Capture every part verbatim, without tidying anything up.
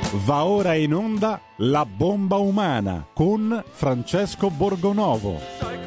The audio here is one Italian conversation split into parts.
Va ora in onda La bomba umana con Francesco Borgonovo.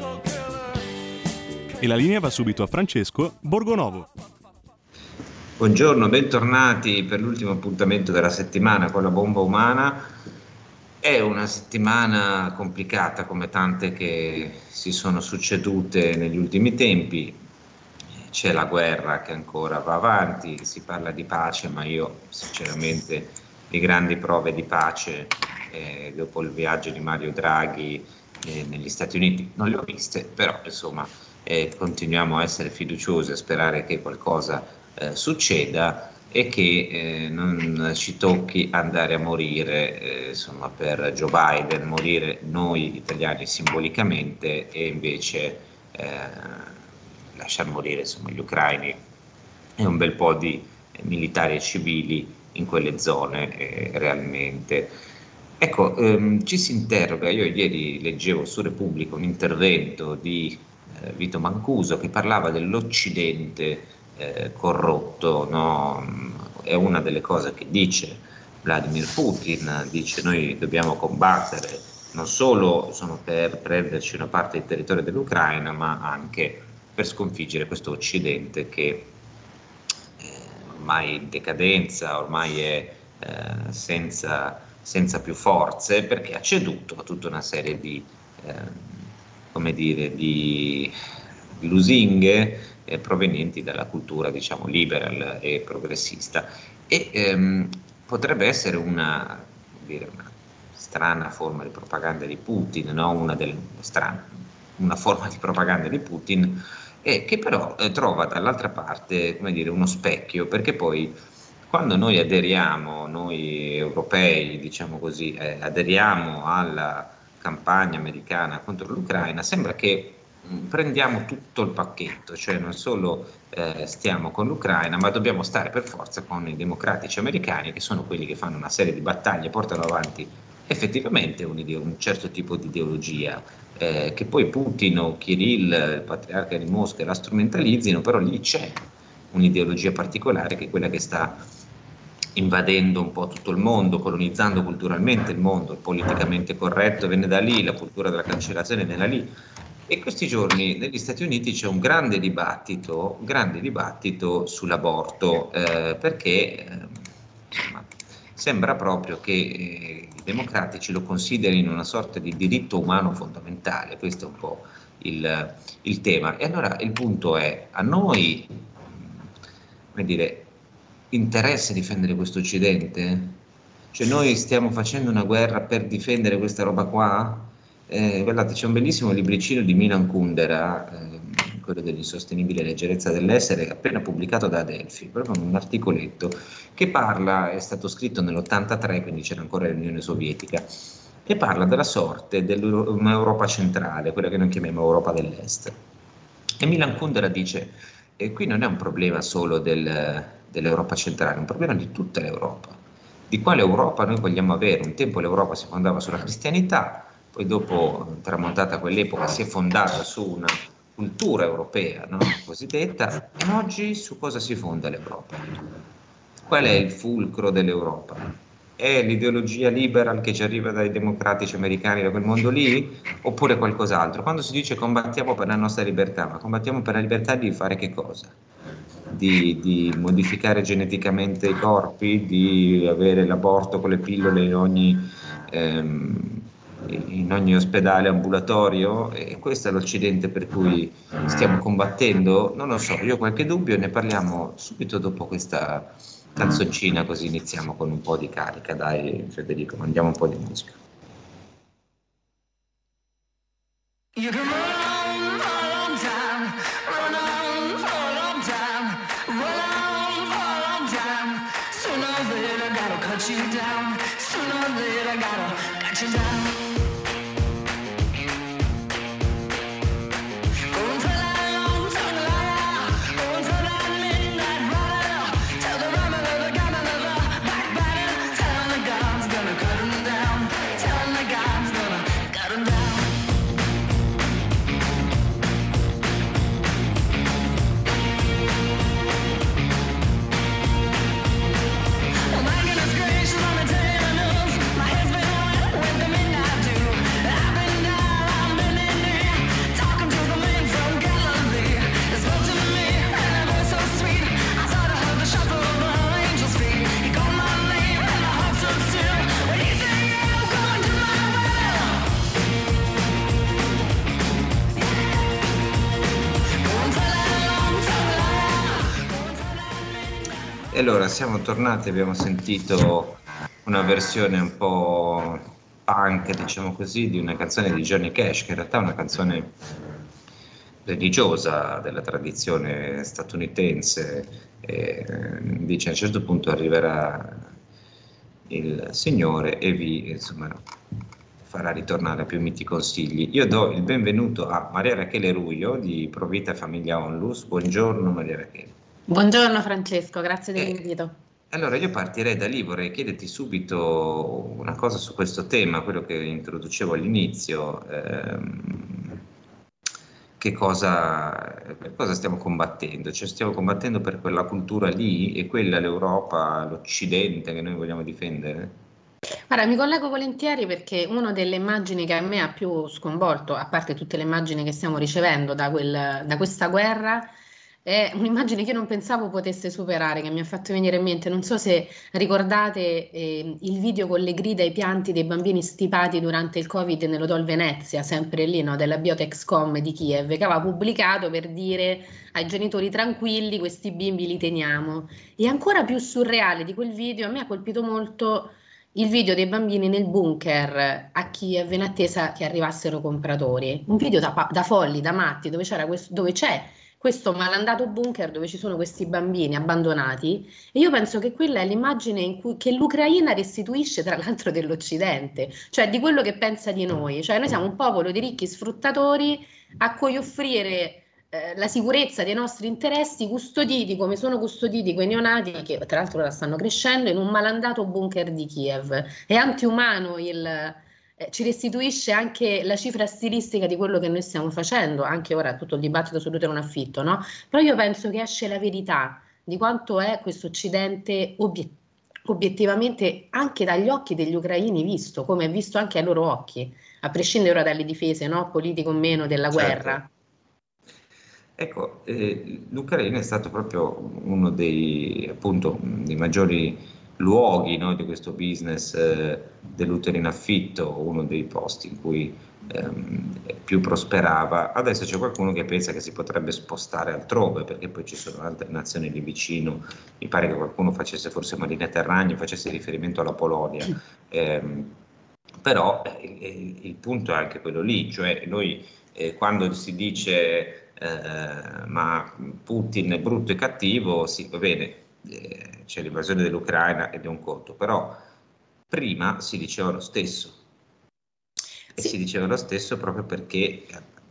E la linea va subito a Francesco Borgonovo. Buongiorno, bentornati per l'ultimo appuntamento della settimana con La bomba umana. È una settimana complicata come tante che si sono succedute negli ultimi tempi. C'è la guerra che ancora va avanti, si parla di pace, ma io sinceramente le grandi prove di pace eh, dopo il viaggio di Mario Draghi eh, negli Stati Uniti non le ho viste, però insomma eh, continuiamo a essere fiduciosi, a sperare che qualcosa eh, succeda e che eh, non ci tocchi andare a morire eh, insomma per Joe Biden, morire noi italiani simbolicamente e invece eh, lasciar morire insomma gli ucraini e un bel po' di eh, militari e civili in quelle zone eh, realmente. Ecco, ehm, ci si interroga, io ieri leggevo su Repubblica un intervento di eh, Vito Mancuso che parlava dell'Occidente eh, corrotto, no? È una delle cose che dice Vladimir Putin, dice noi dobbiamo combattere non solo sono per prenderci una parte del territorio dell'Ucraina, ma anche per sconfiggere questo Occidente che ormai in decadenza, ormai è eh, senza, senza più forze, perché ha ceduto a tutta una serie di, eh, come dire, di, di lusinghe eh, provenienti dalla cultura, diciamo, liberal e progressista. E ehm, potrebbe essere una, dire, una strana forma di propaganda di Putin, no? Una delle strane, una forma di propaganda di Putin, e che però eh, trova dall'altra parte, come dire, uno specchio, perché poi quando noi aderiamo, noi europei, diciamo così, eh, aderiamo alla campagna americana contro l'Ucraina, sembra che mh, prendiamo tutto il pacchetto, cioè non solo eh, stiamo con l'Ucraina, ma dobbiamo stare per forza con i democratici americani, che sono quelli che fanno una serie di battaglie, portano avanti effettivamente un, un certo tipo di ideologia. Eh, che poi Putin o Kirill, il patriarca di Mosca, la strumentalizzino, però lì c'è un'ideologia particolare che è quella che sta invadendo un po' tutto il mondo, colonizzando culturalmente il mondo, il politicamente corretto viene da lì, la cultura della cancellazione viene da lì. E questi giorni negli Stati Uniti c'è un grande dibattito, un grande dibattito sull'aborto, eh, perché eh, insomma, sembra proprio che eh, i democratici lo considerino una sorta di diritto umano fondamentale, questo è un po' il, il tema. E allora il punto è, a noi, come dire, interessa difendere questo Occidente? Cioè noi stiamo facendo una guerra per difendere questa roba qua? Eh, guardate, c'è un bellissimo libricino di Milan Kundera, eh, quello dell'insostenibile leggerezza dell'essere, appena pubblicato da Adelphi, proprio un articoletto che parla, è stato scritto nell'ottantatré, quindi c'era ancora l'Unione Sovietica, e parla della sorte dell'Europa centrale, quella che noi chiamiamo Europa dell'Est. E Milan Kundera dice, e qui non è un problema solo del, dell'Europa centrale, è un problema di tutta l'Europa. Di quale Europa noi vogliamo avere? Un tempo l'Europa si fondava sulla cristianità, poi dopo, tramontata quell'epoca, si è fondata su una cultura europea, no? Cosiddetta, e oggi su cosa si fonda l'Europa? Qual è il fulcro dell'Europa? È l'ideologia liberal che ci arriva dai democratici americani, da quel mondo lì, oppure qualcos'altro? Quando si dice combattiamo per la nostra libertà, ma combattiamo per la libertà di fare che cosa? Di, di modificare geneticamente i corpi, di avere l'aborto con le pillole in ogni... Ehm, in ogni ospedale ambulatorio, e questo è l'Occidente per cui stiamo combattendo? Non lo so, io ho qualche dubbio, ne parliamo subito dopo questa canzoncina, così iniziamo con un po' di carica. Dai Federico, mandiamo un po' di musica. You can run for a long time, run on for a long time, run on for a long time, sooner or later gotta cut you down, sooner or later gotta cut you down. Oh my goodness gracious, let me tell you allora siamo tornati, abbiamo sentito una versione un po' punk, diciamo così, di una canzone di Johnny Cash, che in realtà è una canzone religiosa della tradizione statunitense. E dice a un certo punto arriverà il Signore e vi, insomma, farà ritornare a più miti consigli. Io do il benvenuto a Maria Rachele Ruio di Provita Famiglia Onlus. Buongiorno Maria Rachele. Buongiorno Francesco, grazie Eh, dell'invito. allora io partirei da lì, vorrei chiederti subito una cosa su questo tema, quello che introducevo all'inizio. Ehm, che cosa, per cosa stiamo combattendo? Cioè stiamo combattendo per quella cultura lì e quella l'Europa, l'Occidente che noi vogliamo difendere? Guarda, mi collego volentieri perché una delle immagini che a me ha più sconvolto, a parte tutte le immagini che stiamo ricevendo da, quel- da questa guerra, è un'immagine che io non pensavo potesse superare, che mi ha fatto venire in mente, non so se ricordate eh, il video con le grida e i pianti dei bambini stipati durante il Covid nell'Hotel Venezia, sempre lì, no, della Biotexcom di Kiev, che aveva pubblicato per dire ai genitori tranquilli, questi bimbi li teniamo. E ancora più surreale di quel video, a me ha colpito molto il video dei bambini nel bunker a Kiev in attesa che arrivassero compratori. Un video da, pa- da folli, da matti, dove c'era questo, dove c'è questo malandato bunker dove ci sono questi bambini abbandonati. E io penso che quella è l'immagine in cui, che l'Ucraina restituisce, tra l'altro, dell'Occidente, cioè di quello che pensa di noi. Cioè noi siamo un popolo di ricchi sfruttatori a cui offrire eh, la sicurezza dei nostri interessi custoditi come sono custoditi quei neonati che tra l'altro ora stanno crescendo in un malandato bunker di Kiev. È antiumano il, eh, ci restituisce anche la cifra stilistica di quello che noi stiamo facendo, anche ora tutto il dibattito sull'utero in affitto, no? Però io penso che esce la verità di quanto è questo Occidente obiettivo obiettivamente anche dagli occhi degli ucraini visto, come è visto anche ai loro occhi, a prescindere ora dalle difese, no? Politiche o meno della Certo. guerra. Ecco, eh, l'Ucraina è stato proprio uno dei, appunto, dei maggiori luoghi, no, di questo business eh, dell'utero in affitto, uno dei posti in cui ehm, più prosperava. Adesso c'è qualcuno che pensa che si potrebbe spostare altrove, perché poi ci sono altre nazioni lì vicino. Mi pare che qualcuno facesse forse Marinette Erragni, facesse riferimento alla Polonia. Ehm, però eh, il, il punto è anche quello lì, cioè noi eh, quando si dice eh, ma Putin è brutto e cattivo, sì, va bene, eh, c'è l'invasione dell'Ucraina ed è un conto, però prima si diceva lo stesso e Sì. si diceva lo stesso proprio perché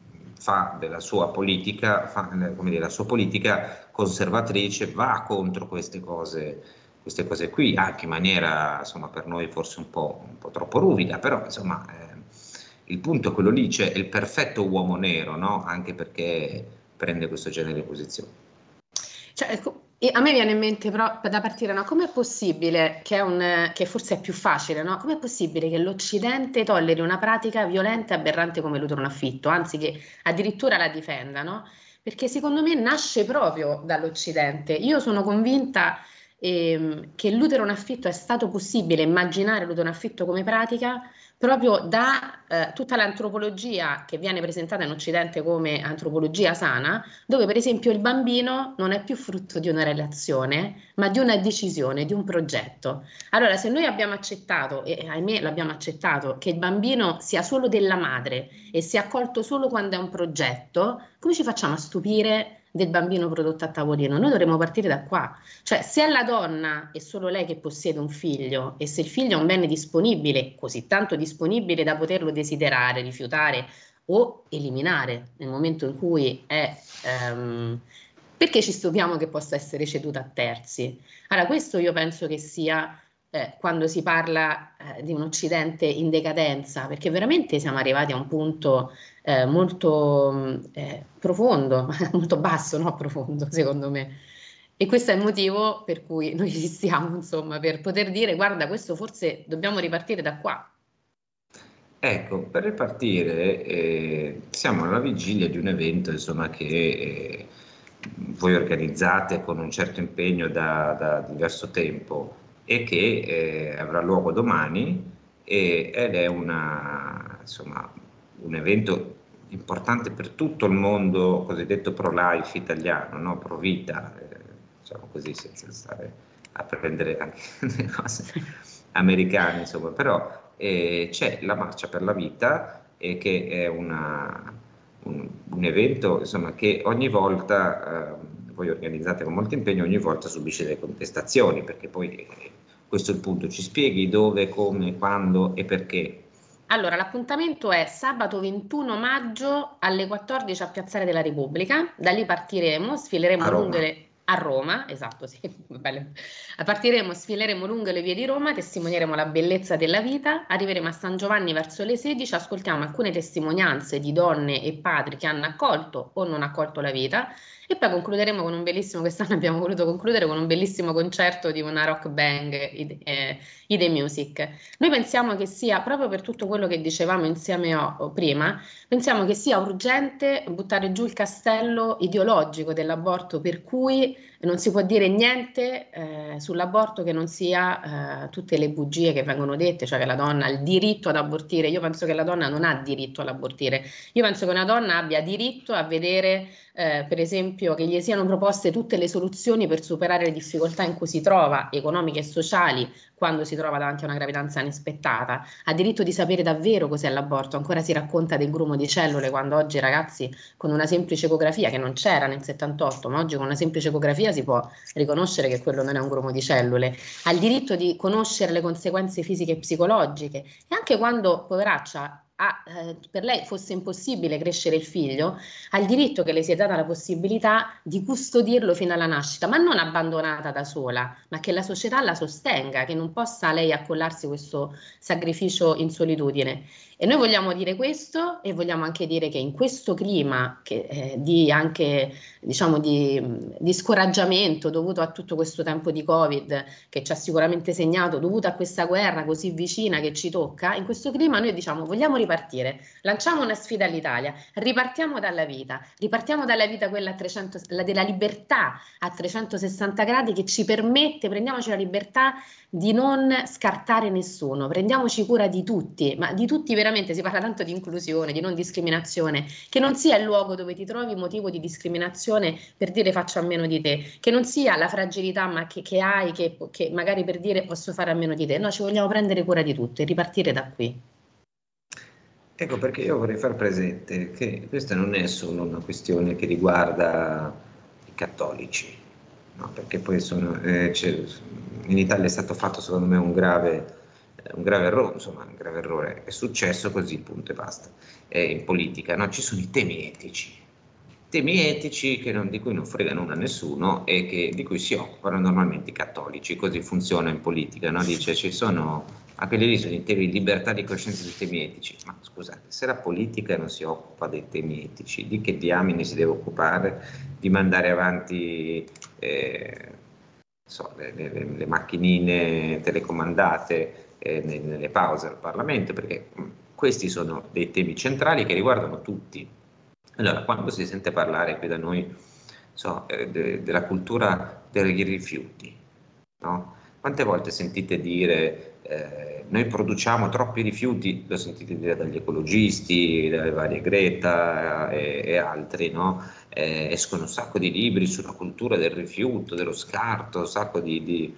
fa della sua politica, fa, come dire, la sua politica conservatrice va contro queste cose, queste cose qui, anche in maniera, insomma, per noi forse un po', un po' troppo ruvida, però insomma eh, il punto è quello lì, cioè il perfetto uomo nero, no? Anche perché prende questo genere di posizioni. Cioè, ecco, e a me viene in mente però da partire, no? Com'è possibile che, è un, che forse è più facile, no? Com'è possibile che l'Occidente tolleri una pratica violenta e aberrante come l'utero in affitto, anzi che addirittura la difenda, no? Perché secondo me nasce proprio dall'Occidente. Io sono convinta ehm, che l'utero in affitto è stato possibile, immaginare l'utero in affitto come pratica proprio da eh, tutta l'antropologia che viene presentata in Occidente come antropologia sana, dove per esempio il bambino non è più frutto di una relazione, ma di una decisione, di un progetto. Allora, se noi abbiamo accettato, e ahimè l'abbiamo accettato, che il bambino sia solo della madre e sia accolto solo quando è un progetto, come ci facciamo a stupire del bambino prodotto a tavolino? Noi dovremmo partire da qua. Cioè, se è la donna è solo lei che possiede un figlio e se il figlio è un bene disponibile, così tanto disponibile da poterlo desiderare, rifiutare o eliminare nel momento in cui è... Ehm, perché ci stupiamo che possa essere ceduta a terzi? Allora, questo io penso che sia eh, quando si parla eh, di un Occidente in decadenza, perché veramente siamo arrivati a un punto eh, molto eh, profondo, molto basso, no profondo, secondo me. E questo è il motivo per cui noi esistiamo, insomma, per poter dire, guarda, questo forse dobbiamo ripartire da qua. Ecco, per ripartire, eh, siamo alla vigilia di un evento, insomma, che eh, voi organizzate con un certo impegno da, da diverso tempo e che eh, avrà luogo domani e, ed è una, insomma, un evento importante per tutto il mondo cosiddetto pro-life italiano, no? Pro-vita, eh, diciamo così, senza stare a prendere anche le cose americane, insomma, però eh, c'è la Marcia per la Vita, eh, che è una, un, un evento, insomma, che ogni volta, eh, voi organizzate con molto impegno, ogni volta subisce delle contestazioni, perché poi eh, questo è il punto. Ci spieghi dove, come, quando e perché? Allora, l'appuntamento è sabato ventuno maggio alle quattordici a Piazzale della Repubblica. Da lì partiremo, sfileremo A Roma. lungo le... a Roma, esatto, sì, bello. Partiremo, sfileremo lungo le vie di Roma, testimonieremo la bellezza della vita, arriveremo a San Giovanni verso le sedici, ascoltiamo alcune testimonianze di donne e padri che hanno accolto o non accolto la vita e poi concluderemo con un bellissimo, quest'anno abbiamo voluto concludere con un bellissimo concerto di una rock band, i, eh, i The Music. Noi pensiamo che sia, proprio per tutto quello che dicevamo insieme o, o prima, pensiamo che sia urgente buttare giù il castello ideologico dell'aborto, per cui non si può dire niente eh, sull'aborto che non sia eh, tutte le bugie che vengono dette, cioè che la donna ha il diritto ad abortire. Io penso che la donna non ha diritto ad abortire, io penso che una donna abbia diritto a vedere eh, per esempio che gli siano proposte tutte le soluzioni per superare le difficoltà in cui si trova, economiche e sociali, quando si trova davanti a una gravidanza inaspettata, ha diritto di sapere davvero cos'è l'aborto. Ancora si racconta del grumo di cellule, quando oggi ragazzi con una semplice ecografia, che non c'era nel settantotto, ma oggi con una semplice ecografia si può riconoscere che quello non è un grumo di cellule, ha il diritto di conoscere le conseguenze fisiche e psicologiche, e anche quando, poveraccia, ha, eh, per lei fosse impossibile crescere il figlio, ha il diritto che le sia data la possibilità di custodirlo fino alla nascita, ma non abbandonata da sola, ma che la società la sostenga, che non possa lei accollarsi questo sacrificio in solitudine. E noi vogliamo dire questo, e vogliamo anche dire che in questo clima che, eh, di anche diciamo di, di scoraggiamento dovuto a tutto questo tempo di Covid che ci ha sicuramente segnato, dovuto a questa guerra così vicina che ci tocca, in questo clima noi diciamo vogliamo ripartire, lanciamo una sfida all'Italia, ripartiamo dalla vita, ripartiamo dalla vita quella a trecento, la della libertà a trecentosessanta gradi, che ci permette, prendiamoci la libertà di non scartare nessuno, prendiamoci cura di tutti, ma di tutti veramente, si parla tanto di inclusione, di non discriminazione, che non sia il luogo dove ti trovi motivo di discriminazione per dire faccio a meno di te, che non sia la fragilità ma che, che hai, che, che magari per dire posso fare a meno di te, no, ci vogliamo prendere cura di tutto e ripartire da qui. Ecco perché io vorrei far presente che questa non è solo una questione che riguarda i cattolici, no? Perché poi sono, eh, in Italia è stato fatto secondo me un grave, un grave errore, insomma un grave errore, è successo così, punto e basta. Eh, in politica, no? Ci sono i temi etici, temi etici che non, di cui non frega nulla a nessuno e che, di cui si occupano normalmente i cattolici, così funziona in politica, no? Dice ci sono, a quelli lì sono i temi di libertà di coscienza, dei temi etici, ma scusate, se la politica non si occupa dei temi etici, di che diamine si deve occupare? Di mandare avanti eh, so, le, le, le macchinine telecomandate eh, nelle pause al Parlamento, perché mh, questi sono dei temi centrali che riguardano tutti. Allora, quando si sente parlare qui da noi so, eh, de, della cultura dei rifiuti, no? Quante volte sentite dire eh, noi produciamo troppi rifiuti, lo sentite dire dagli ecologisti, dalle varie Greta e, e altri, no? Eh, escono un sacco di libri sulla cultura del rifiuto, dello scarto, un sacco di, di,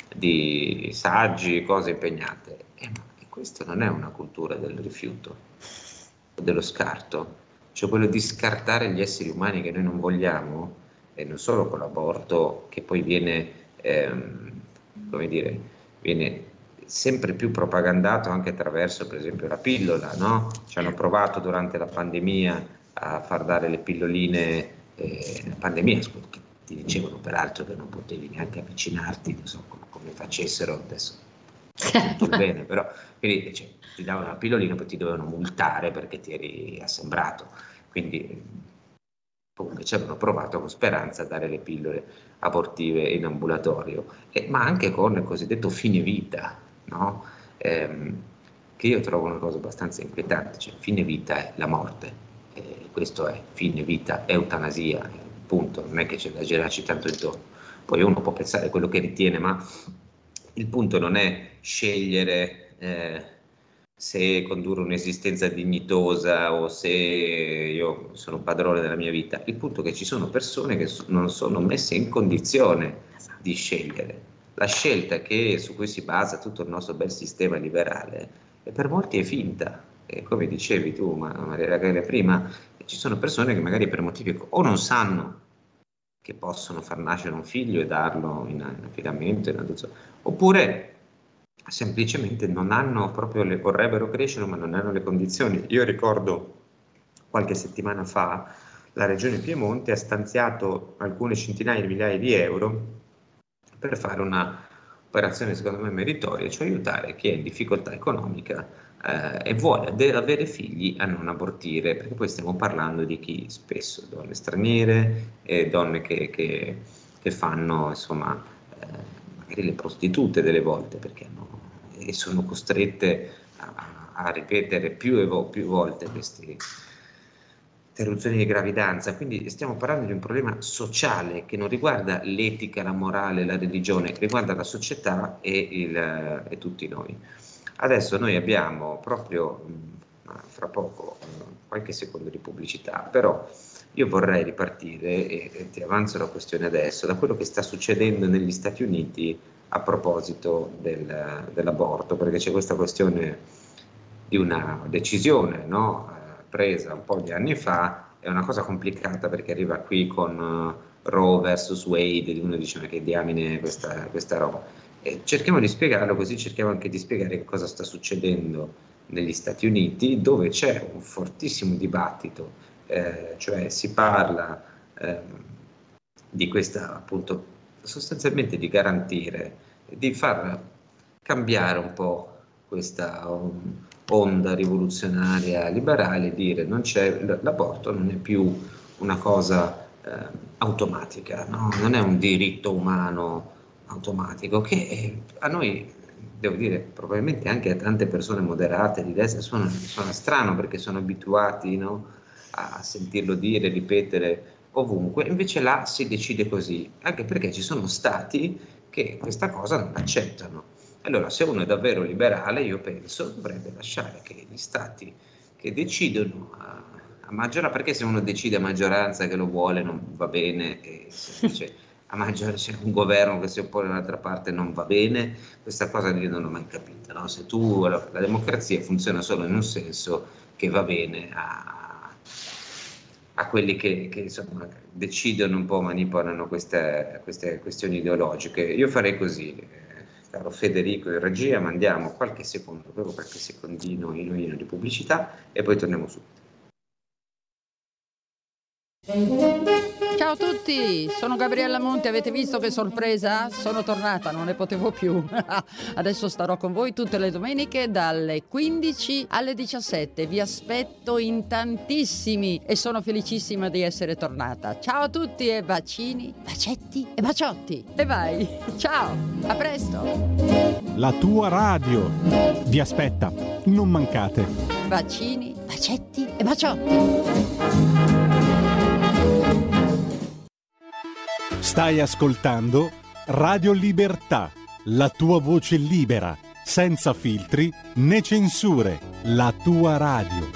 di saggi, cose impegnate. Eh, ma questa non è una cultura del rifiuto, dello scarto. Cioè quello di scartare gli esseri umani che noi non vogliamo, e non solo con l'aborto, che poi viene, ehm, come dire, viene sempre più propagandato anche attraverso, per esempio, la pillola, no? Ci hanno provato durante la pandemia a far dare le pilloline, eh, la pandemia, scusa, che ti dicevano peraltro che non potevi neanche avvicinarti, non so come, come facessero adesso. Tutto bene, però quindi, cioè, ti davano la pillolina, poi ti dovevano multare perché ti eri assembrato, quindi comunque ci avevano provato con speranza a dare le pillole abortive in ambulatorio, eh, ma anche con il cosiddetto fine vita, no? Ehm, che io trovo una cosa abbastanza inquietante, cioè fine vita è la morte, eh, questo è fine vita, eutanasia, eh, punto, non è che c'è da girarci tanto intorno, poi uno può pensare quello che ritiene, ma il punto non è scegliere eh, se condurre un'esistenza dignitosa o se io sono padrone della mia vita. Il punto è che ci sono persone che so- non sono messe in condizione di scegliere. la scelta che, su cui si basa tutto il nostro bel sistema liberale, e per molti è finta. E come dicevi tu, Maria Gabriele, prima, ci sono persone che magari per motivi o non sanno che possono far nascere un figlio e darlo in, in affidamento, in adozione, oppure semplicemente non hanno proprio le, vorrebbero crescere ma non hanno le condizioni. Io ricordo qualche settimana fa la Regione Piemonte ha stanziato alcune centinaia di migliaia di euro per fare una operazione secondo me meritoria, cioè aiutare chi è in difficoltà economica eh, e vuole avere figli a non abortire, perché poi stiamo parlando di chi spesso, donne straniere e donne che, che, che fanno insomma eh, magari le prostitute delle volte, perché hanno, e sono costrette a, a ripetere più e vo- più volte queste interruzioni di gravidanza. Quindi stiamo parlando di un problema sociale che non riguarda l'etica, la morale, la religione, riguarda la società e, il, e tutti noi. Adesso noi abbiamo proprio mh, fra poco mh, qualche secondo di pubblicità, però io vorrei ripartire e, e ti avanzo la questione adesso da quello che sta succedendo negli Stati Uniti a proposito del, dell'aborto, perché c'è questa questione di una decisione, no? presa un po' di anni fa, è una cosa complicata perché arriva qui con uh, Roe versus Wade, uno dice ma che diamine questa, questa roba, e cerchiamo di spiegarlo, così cerchiamo anche di spiegare cosa sta succedendo negli Stati Uniti, dove c'è un fortissimo dibattito, eh, cioè si parla eh, di questa, appunto, sostanzialmente di garantire, di far cambiare un po' questa um, onda rivoluzionaria liberale, dire non c'è, l'aborto non è più una cosa eh, automatica, no? Non è un diritto umano automatico, che eh, a noi, devo dire, probabilmente anche a tante persone moderate di destra suona, suona strano, perché sono abituati, no, a sentirlo dire, ripetere ovunque, invece là si decide così, anche perché ci sono stati che questa cosa non accettano. Allora, se uno è davvero liberale, io penso dovrebbe lasciare che gli stati che decidono a, a maggioranza, perché se uno decide a maggioranza che lo vuole non va bene, e se dice a maggioranza c'è un governo che si oppone dall'altra parte non va bene, questa cosa io non l'ho mai capita, no? Se tu, la, la democrazia funziona solo in un senso, che va bene a, a quelli che, che insomma decidono un po', manipolano queste, queste questioni ideologiche. Io farei così. Caro Federico in regia, mandiamo qualche secondo, proprio qualche secondino in di pubblicità e poi torniamo subito. Ciao a tutti, sono Gabriella Monti, avete visto che sorpresa? Sono tornata, non ne potevo più. Adesso starò con voi tutte le domeniche dalle quindici alle diciassette, vi aspetto in tantissimi e sono felicissima di essere tornata. Ciao a tutti e bacini, bacetti e baciotti. E vai, ciao, a presto. La tua radio vi aspetta, non mancate. Bacini, bacetti e baciotti. Stai ascoltando Radio Libertà, la tua voce libera, senza filtri né censure, la tua radio.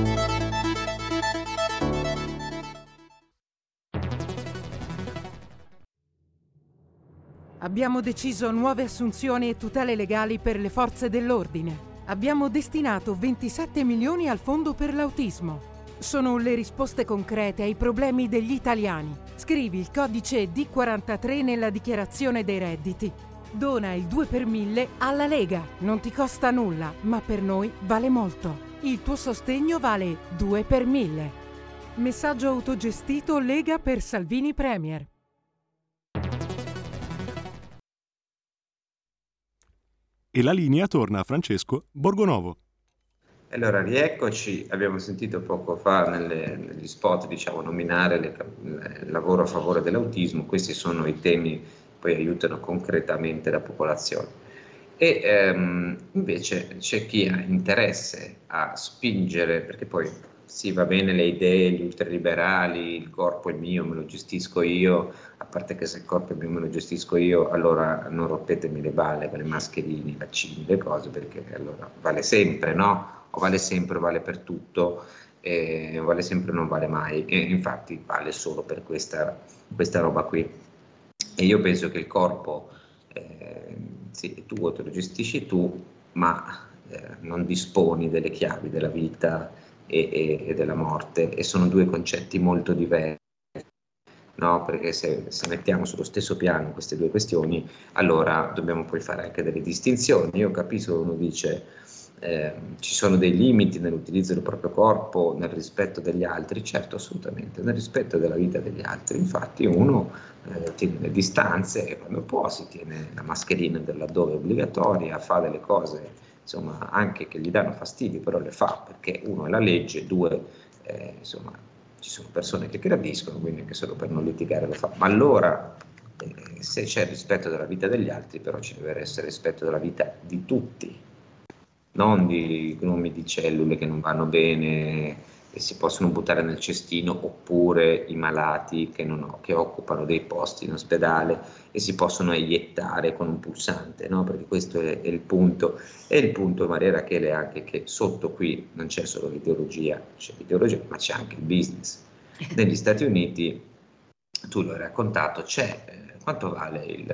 Abbiamo deciso nuove assunzioni e tutele legali per le forze dell'ordine. Abbiamo destinato ventisette milioni al fondo per l'autismo. Sono le risposte concrete ai problemi degli italiani. Scrivi il codice D quarantatré nella dichiarazione dei redditi. Dona il due per mille alla Lega. Non ti costa nulla, ma per noi vale molto. Il tuo sostegno vale due per mille. Messaggio autogestito Lega per Salvini Premier. E la linea torna a Francesco Borgonovo. Allora, rieccoci, abbiamo sentito poco fa nelle, negli spot, diciamo, nominare le, il lavoro a favore dell'autismo. Questi sono i temi che poi aiutano concretamente la popolazione. E ehm, invece c'è chi ha interesse a spingere, perché poi sì, va bene le idee, gli ultraliberali, il corpo è mio, me lo gestisco io, a parte che se il corpo è mio, me lo gestisco io, allora non rompetemi le balle con le mascherine, i vaccini, le cose, perché allora vale sempre, no? O vale sempre, vale per tutto, eh, vale sempre o non vale mai, e infatti vale solo per questa, questa roba qui. E io penso che il corpo eh, sì, tu te lo gestisci tu, ma eh, non disponi delle chiavi della vita e, e, e della morte, e sono due concetti molto diversi. No, perché se, se mettiamo sullo stesso piano queste due questioni, allora dobbiamo poi fare anche delle distinzioni. Io capisco che uno dice eh, ci sono dei limiti nell'utilizzo del proprio corpo, nel rispetto degli altri. Certo, assolutamente, nel rispetto della vita degli altri. Infatti uno eh, tiene le distanze e quando può si tiene la mascherina del laddove è obbligatoria, fa delle cose insomma anche che gli danno fastidio, però le fa perché uno è la legge, due eh, insomma ci sono persone che gradiscono, quindi anche solo per non litigare lo fa. Ma allora, eh, se c'è il rispetto della vita degli altri, però ci deve essere rispetto della vita di tutti, non di nomi di cellule che non vanno bene e si possono buttare nel cestino, oppure i malati che, non, che occupano dei posti in ospedale e si possono eiettare con un pulsante, no? Perché questo è, è il punto. E il punto, Maria Rachele, è anche che sotto qui non c'è solo l'ideologia, c'è l'ideologia, ma c'è anche il business. Negli Stati Uniti, tu l'hai raccontato, c'è eh, quanto vale il,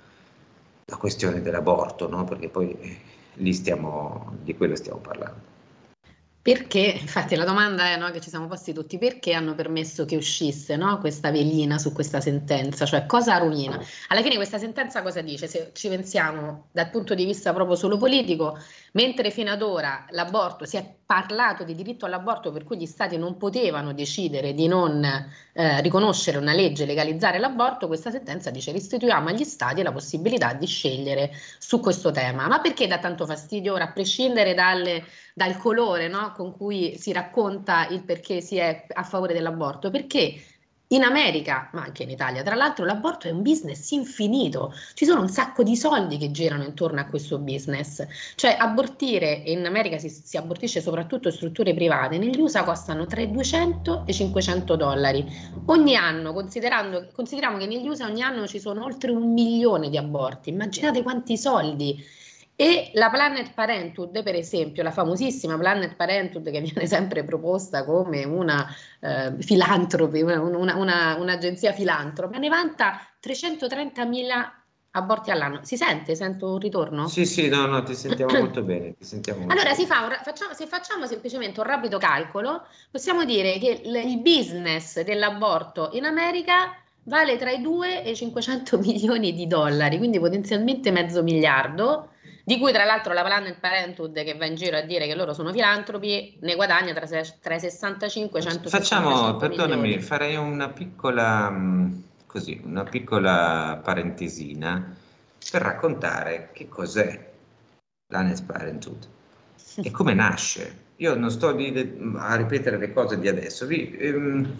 la questione dell'aborto, no? Perché poi eh, lì stiamo, di quello stiamo parlando. Perché, infatti la domanda è, no, che ci siamo posti tutti, perché hanno permesso che uscisse, no, questa velina su questa sentenza, cioè cosa rovina? Alla fine questa sentenza cosa dice? Se ci pensiamo dal punto di vista proprio solo politico, mentre fino ad ora l'aborto, si è parlato di diritto all'aborto per cui gli stati non potevano decidere di non eh, riconoscere una legge, legalizzare l'aborto, questa sentenza dice restituiamo agli stati la possibilità di scegliere su questo tema. Ma perché dà tanto fastidio ora, a prescindere dalle, dal colore, no, con cui si racconta il perché si è a favore dell'aborto? Perché in America, ma anche in Italia, tra l'altro, l'aborto è un business infinito, ci sono un sacco di soldi che girano intorno a questo business, cioè abortire, in America si, si abortisce soprattutto in strutture private, negli U S A costano tra i duecento e i cinquecento dollari ogni anno, considerando, consideriamo che negli U S A ogni anno ci sono oltre un milione di aborti, immaginate quanti soldi. E la Planned Parenthood, per esempio, la famosissima Planned Parenthood che viene sempre proposta come una eh, filantropi, una, una, una, un'agenzia filantropa, ne vanta trecentotrentamila aborti all'anno. Si sente? Sento un ritorno? Sì, sì, no, no, ti sentiamo molto bene. Ti sentiamo molto allora, bene. Si fa un, facciamo, se facciamo semplicemente un rapido calcolo, possiamo dire che il, il business dell'aborto in America vale tra i due e i cinquecento milioni di dollari, quindi potenzialmente mezzo miliardo, di cui tra l'altro la Planned Parenthood, che va in giro a dire che loro sono filantropi, ne guadagna tra, tra i sessantacinque e i centosessantacinque Facciamo, perdonami, milioni. farei una piccola, così, una piccola parentesina per raccontare che cos'è Planned Parenthood e come nasce. Io non sto lì a ripetere le cose di adesso, vi, ehm,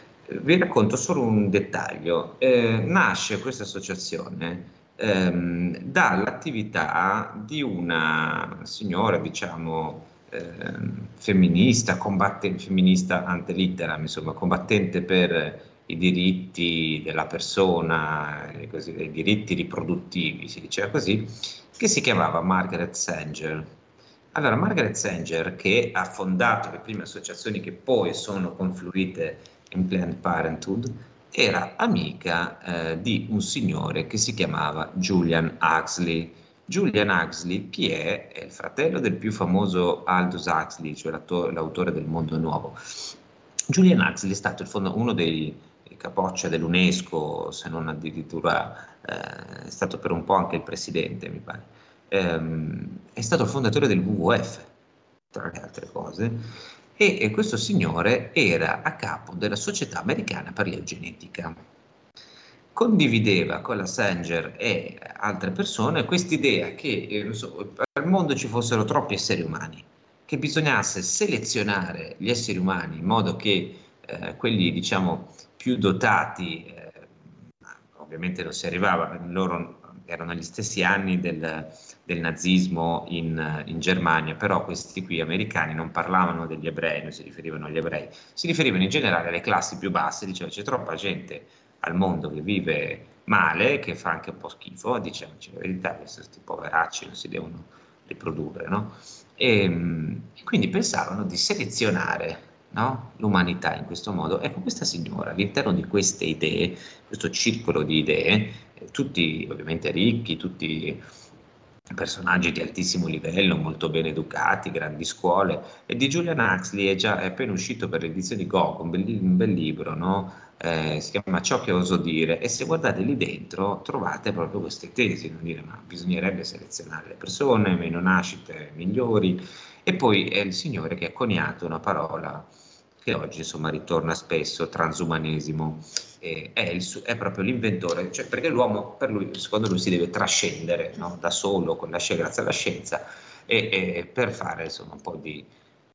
vi racconto solo un dettaglio. Eh, nasce questa associazione Ehm, dall'attività di una signora, diciamo, ehm, femminista, combattente, femminista ante litteram, insomma, combattente per i diritti della persona, i, così, i diritti riproduttivi, si diceva così, che si chiamava Margaret Sanger. Allora, Margaret Sanger, che ha fondato le prime associazioni che poi sono confluite in Planned Parenthood, era amica eh, di un signore che si chiamava Julian Huxley. Julian Huxley, chi è? È il fratello del più famoso Aldous Huxley, cioè l'autore del Mondo Nuovo. Julian Huxley è stato il fondo, uno dei capoccia dell'UNESCO, se non addirittura eh, è stato per un po' anche il presidente, mi pare. Ehm, è stato il fondatore del W W F, tra le altre cose. E, e questo signore era a capo della Società Americana per l'Eugenetica. Condivideva con la Sanger e altre persone quest'idea che eh, so, al mondo ci fossero troppi esseri umani, che bisognasse selezionare gli esseri umani in modo che eh, quelli, diciamo, più dotati, eh, ovviamente non si arrivava, loro erano gli stessi anni del, del nazismo in, in Germania, però questi qui americani non parlavano degli ebrei, non si riferivano agli ebrei, si riferivano in generale alle classi più basse, diceva c'è troppa gente al mondo che vive male, che fa anche un po' schifo, diciamoci la verità, questi poveracci non si devono riprodurre, no? E, e quindi pensavano di selezionare, no, l'umanità in questo modo. Ecco, questa signora all'interno di queste idee, questo circolo di idee, eh, tutti ovviamente ricchi, tutti personaggi di altissimo livello, molto ben educati, grandi scuole, e di Julian Huxley è già è appena uscito per l'edizione di Go, un bel, un bel libro, no? Eh, si chiama Ciò che oso dire, e se guardate lì dentro trovate proprio queste tesi, non dire, ma bisognerebbe selezionare le persone, meno nascite migliori, e poi è il signore che ha coniato una parola che oggi insomma ritorna spesso, transumanesimo. Eh, è, il, è proprio l'inventore, cioè, perché l'uomo, per lui, secondo lui, si deve trascendere, no? Da solo, con la, grazie alla scienza, e, e per fare insomma un po' di,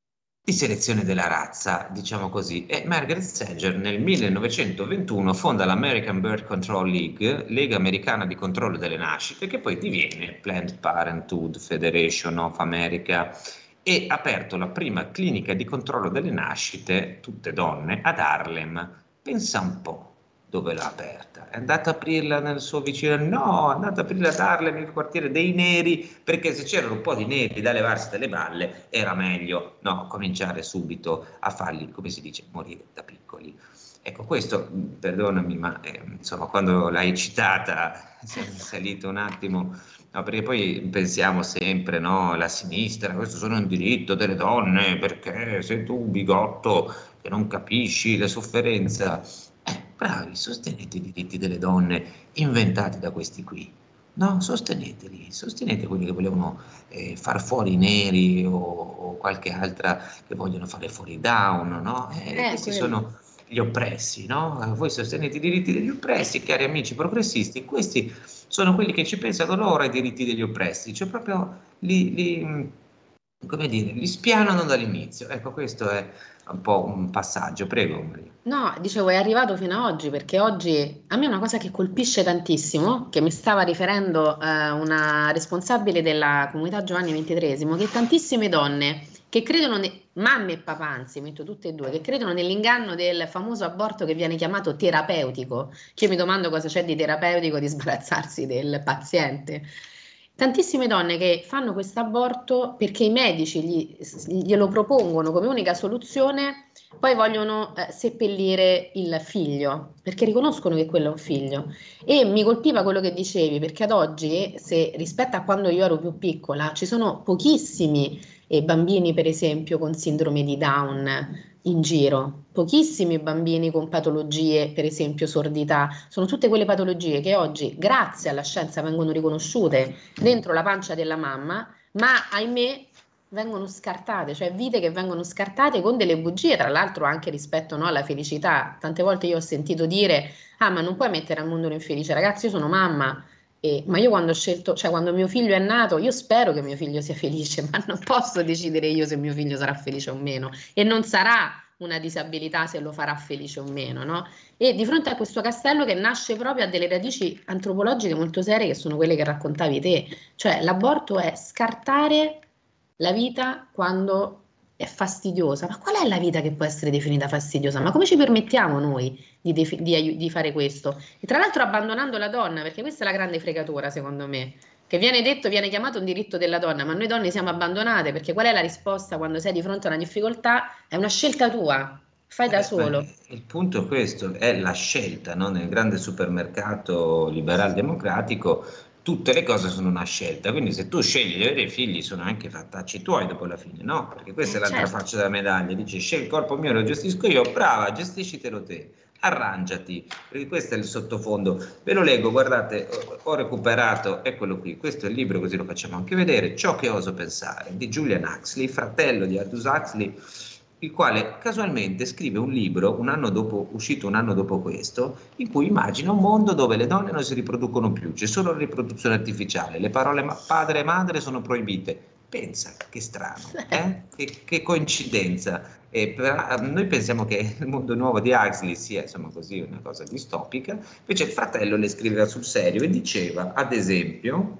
di selezione della razza, diciamo così. E Margaret Sanger nel millenovecentoventuno fonda l'American Birth Control League, Lega Americana di Controllo delle Nascite, che poi diviene Planned Parenthood Federation of America, e ha aperto la prima clinica di controllo delle nascite, tutte donne, ad Harlem. Pensa un po' dove l'ha aperta. È andata a aprirla nel suo vicino? No, è andata ad aprirla ad Harlem, nel quartiere dei neri, perché se c'erano un po' di neri da levarsi dalle balle era meglio, no, cominciare subito a farli, come si dice, morire da piccoli. Ecco, questo, perdonami, ma eh, insomma, quando l'hai citata, siamo salito un attimo. No, perché poi pensiamo sempre, no, la sinistra, questo sono un diritto delle donne, perché sei tu bigotto che non capisci la sofferenza. Eh, bravi, sostenete i diritti delle donne inventati da questi qui, no? Sosteneteli, sostenete quelli che volevano eh, far fuori i neri o, o qualche altra che vogliono fare fuori i down, no? Eh, Eh, questi quello. sono gli oppressi, no? Voi sostenete i diritti degli oppressi, cari amici progressisti, questi sono quelli che ci pensano loro ai diritti degli oppressi, cioè proprio li, li, come dire, li spianano dall'inizio. Ecco, questo è un po' un passaggio, prego Maria. No, dicevo, è arrivato fino ad oggi perché oggi a me è una cosa che colpisce tantissimo, che mi stava riferendo eh, una responsabile della comunità Giovanni ventitreesimo, che tantissime donne che credono, ne- mamme e papà, anzi, metto tutte e due, che credono nell'inganno del famoso aborto che viene chiamato terapeutico, che io mi domando cosa c'è di terapeutico di sbarazzarsi del paziente. Tantissime donne che fanno questo aborto perché i medici gli- glielo propongono come unica soluzione, poi vogliono eh, seppellire il figlio, perché riconoscono che quello è un figlio. E mi colpiva quello che dicevi, perché ad oggi, se rispetto a quando io ero più piccola, ci sono pochissimi eh, bambini, per esempio, con sindrome di Down in giro, pochissimi bambini con patologie, per esempio sordità, sono tutte quelle patologie che oggi, grazie alla scienza, vengono riconosciute dentro la pancia della mamma, ma ahimè vengono scartate, cioè vite che vengono scartate con delle bugie, tra l'altro anche rispetto, no, alla felicità. Tante volte io ho sentito dire, ah, ma non puoi mettere al mondo un infelice, ragazzi, io sono mamma. E, ma io quando ho scelto, cioè quando mio figlio è nato, io spero che mio figlio sia felice, ma non posso decidere io se mio figlio sarà felice o meno, e non sarà una disabilità se lo farà felice o meno, no? E di fronte a questo castello che nasce proprio a delle radici antropologiche molto serie, che sono quelle che raccontavi te, cioè l'aborto è scartare la vita quando è fastidiosa. Ma qual è la vita che può essere definita fastidiosa? Ma come ci permettiamo noi di, defi- di ai- di fare questo? E tra l'altro abbandonando la donna, perché questa è la grande fregatura, secondo me, che viene detto, viene chiamato un diritto della donna, ma noi donne siamo abbandonate, perché qual è la risposta quando sei di fronte a una difficoltà? È una scelta tua, fai da Eh, solo. ma il punto è questo, è la scelta, no? Nel grande supermercato liberal democratico tutte le cose sono una scelta, quindi se tu scegli di avere figli sono anche fattacci tuoi dopo la fine, no? Perché questa Eh, è l'altra certo. faccia della medaglia, dici scegli il corpo mio, lo gestisco io, brava, gestiscitelo te, arrangiati, perché questo è il sottofondo. Ve lo leggo, guardate, ho, ho recuperato, eccolo qui, questo è il libro, così lo facciamo anche vedere, Ciò che oso pensare, di Julian Huxley, fratello di Aldous Huxley, il quale casualmente scrive un libro un anno dopo, uscito un anno dopo questo, in cui immagina un mondo dove le donne non si riproducono più, c'è solo la riproduzione artificiale, le parole ma- padre e madre sono proibite. Pensa, che strano, eh? che, che coincidenza. E per, noi pensiamo che il mondo nuovo di Huxley sia insomma così una cosa distopica, invece il fratello le scriveva sul serio e diceva, ad esempio,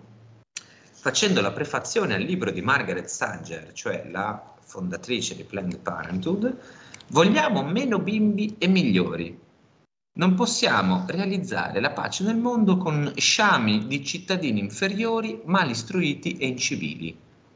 facendo la prefazione al libro di Margaret Sanger, cioè la fondatrice di Planned Parenthood, vogliamo meno bimbi e migliori. Non possiamo realizzare la pace nel mondo con sciami di cittadini inferiori, mal istruiti e incivili.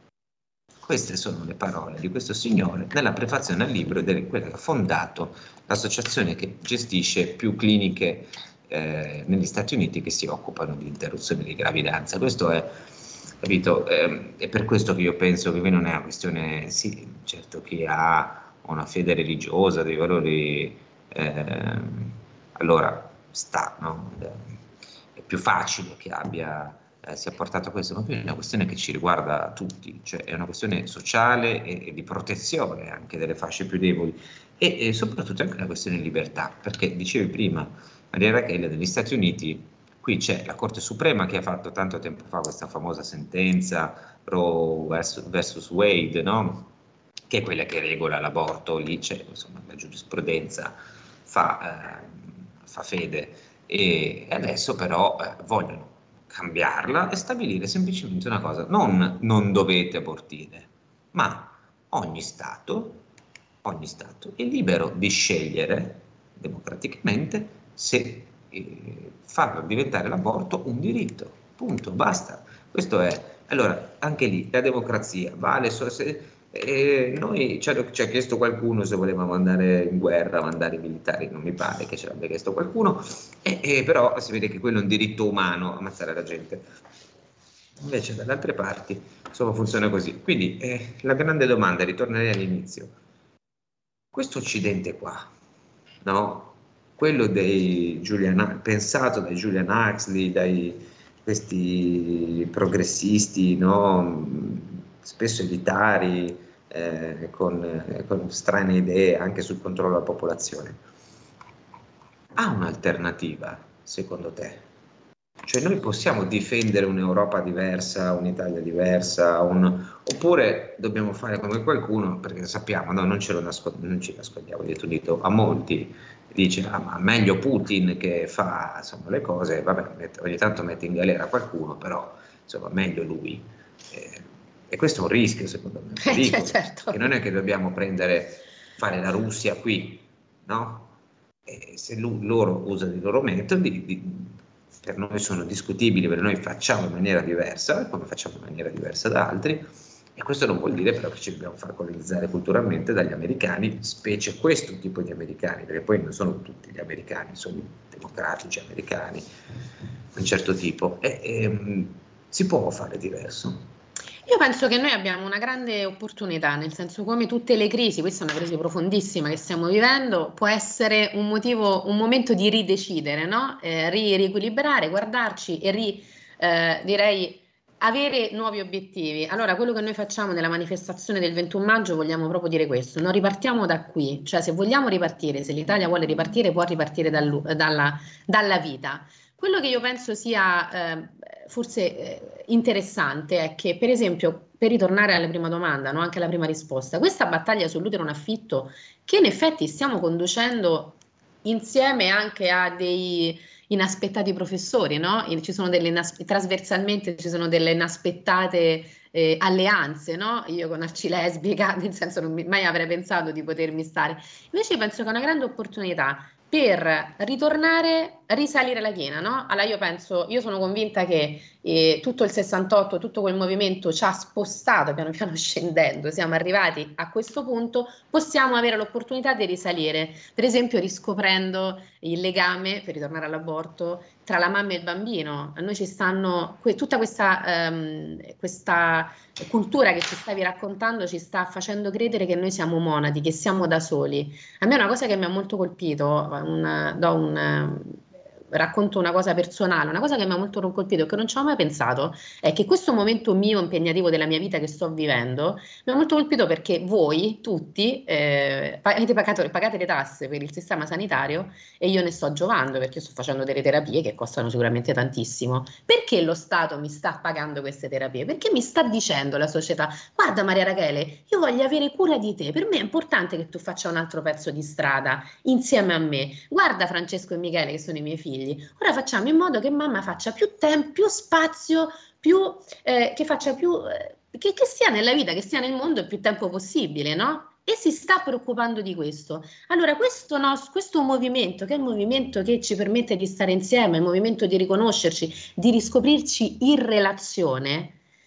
Queste sono le parole di questo signore nella prefazione al libro di quella che ha fondato l'associazione che gestisce più cliniche eh, negli Stati Uniti che si occupano di interruzione di gravidanza. Questo è, capito, eh, è per questo che io penso che qui non è una questione, sì, certo chi ha una fede religiosa, dei valori, eh, allora sta, no? È più facile che abbia, eh, sia portato a questo, ma qui è una questione che ci riguarda tutti, cioè è una questione sociale e, e di protezione anche delle fasce più deboli e, e soprattutto anche una questione di libertà, perché dicevi prima, Maria Rachele, negli Stati Uniti, qui c'è la Corte Suprema che ha fatto tanto tempo fa questa famosa sentenza Roe versus, versus Wade, no? Che è quella che regola l'aborto, lì c'è, insomma, la giurisprudenza fa, eh, fa fede e adesso però eh, vogliono cambiarla e stabilire semplicemente una cosa, non non dovete abortire, ma ogni Stato, ogni Stato è libero di scegliere democraticamente se eh, farlo diventare l'aborto un diritto, punto, basta. Questo è, allora, anche lì la democrazia vale solo se E noi ci ha, ci ha chiesto qualcuno se volevamo andare in guerra, mandare i militari, non mi pare che ce l'abbia chiesto qualcuno, e, e però si vede che quello è un diritto umano, ammazzare la gente. Invece dalle altre parti, insomma, funziona così. Quindi eh, la grande domanda, ritornerei all'inizio, questo Occidente qua, no? Quello dei Julian, pensato dai Julian Huxley, dai questi progressisti, no? Spesso elitari, eh, con, eh, con strane idee anche sul controllo della popolazione. Ha un'alternativa, secondo te? Cioè noi possiamo difendere un'Europa diversa, un'Italia diversa, un... oppure dobbiamo fare come qualcuno, perché sappiamo, no, non, ce lo nascond- non ci nascondiamo dietro dito, a molti dice, ah, ma meglio Putin che fa insomma, le cose, vabbè, ogni tanto mette in galera qualcuno, però insomma meglio lui. Eh, E questo è un rischio, secondo me, un pericolo, eh, certo. che non è che dobbiamo prendere, fare la Russia qui, no? E se lu- loro usano i loro metodi, di, per noi sono discutibili, per noi facciamo in maniera diversa, come facciamo in maniera diversa da altri, e questo non vuol dire però che ci dobbiamo far colonizzare culturalmente dagli americani, specie questo tipo di americani, perché poi non sono tutti gli americani, sono i democratici americani, un certo tipo, e, e si può fare diverso. Io penso che noi abbiamo una grande opportunità, nel senso come tutte le crisi, questa è una crisi profondissima che stiamo vivendo, può essere un motivo, un momento di ridecidere, no? Eh, ri- riequilibrare, guardarci e ri, eh, direi avere nuovi obiettivi. Allora, quello che noi facciamo nella manifestazione del ventuno maggio vogliamo proprio dire questo, non ripartiamo da qui, cioè se vogliamo ripartire, se l'Italia vuole ripartire, può ripartire dal, dalla, dalla vita. Quello che io penso sia eh, forse eh, interessante è che, per esempio, per ritornare alla prima domanda, no? Anche alla prima risposta, questa battaglia sull'utero in affitto, che in effetti stiamo conducendo insieme anche a dei inaspettati professori, no? Ci sono delle inas- trasversalmente ci sono delle inaspettate eh, alleanze, no? Io con Arcilesbica, nel senso non mi, mai avrei pensato di potermi stare. Invece penso che è una grande opportunità per ritornare, risalire la china, no? Allora io penso, io sono convinta che eh, tutto il sessantotto, tutto quel movimento ci ha spostato piano piano scendendo, siamo arrivati a questo punto, possiamo avere l'opportunità di risalire, per esempio riscoprendo il legame, per ritornare all'aborto, tra la mamma e il bambino. A noi ci stanno, que- tutta questa, um, questa cultura che ci stavi raccontando ci sta facendo credere che noi siamo monadi, che siamo da soli. A me è una cosa che mi ha molto colpito, un, do un, racconto una cosa personale, una cosa che mi ha molto colpito e che non ci avevo mai pensato, è che questo momento mio impegnativo della mia vita che sto vivendo mi ha molto colpito perché voi tutti eh, avete pagato, pagate le tasse per il sistema sanitario e io ne sto giovando perché sto facendo delle terapie che costano sicuramente tantissimo. Perché lo Stato mi sta pagando queste terapie? Perché mi sta dicendo la società, guarda Maria Rachele, io voglio avere cura di te, per me è importante che tu faccia un altro pezzo di strada insieme a me, guarda Francesco e Michele che sono i miei figli, ora facciamo in modo che mamma faccia più tempo, più spazio, più, eh, che faccia più, eh, che, che stia nella vita, che stia nel mondo il più tempo possibile, no? E si sta preoccupando di questo. Allora questo, no, questo movimento, che è il movimento che ci permette di stare insieme, il movimento di riconoscerci, di riscoprirci in relazione,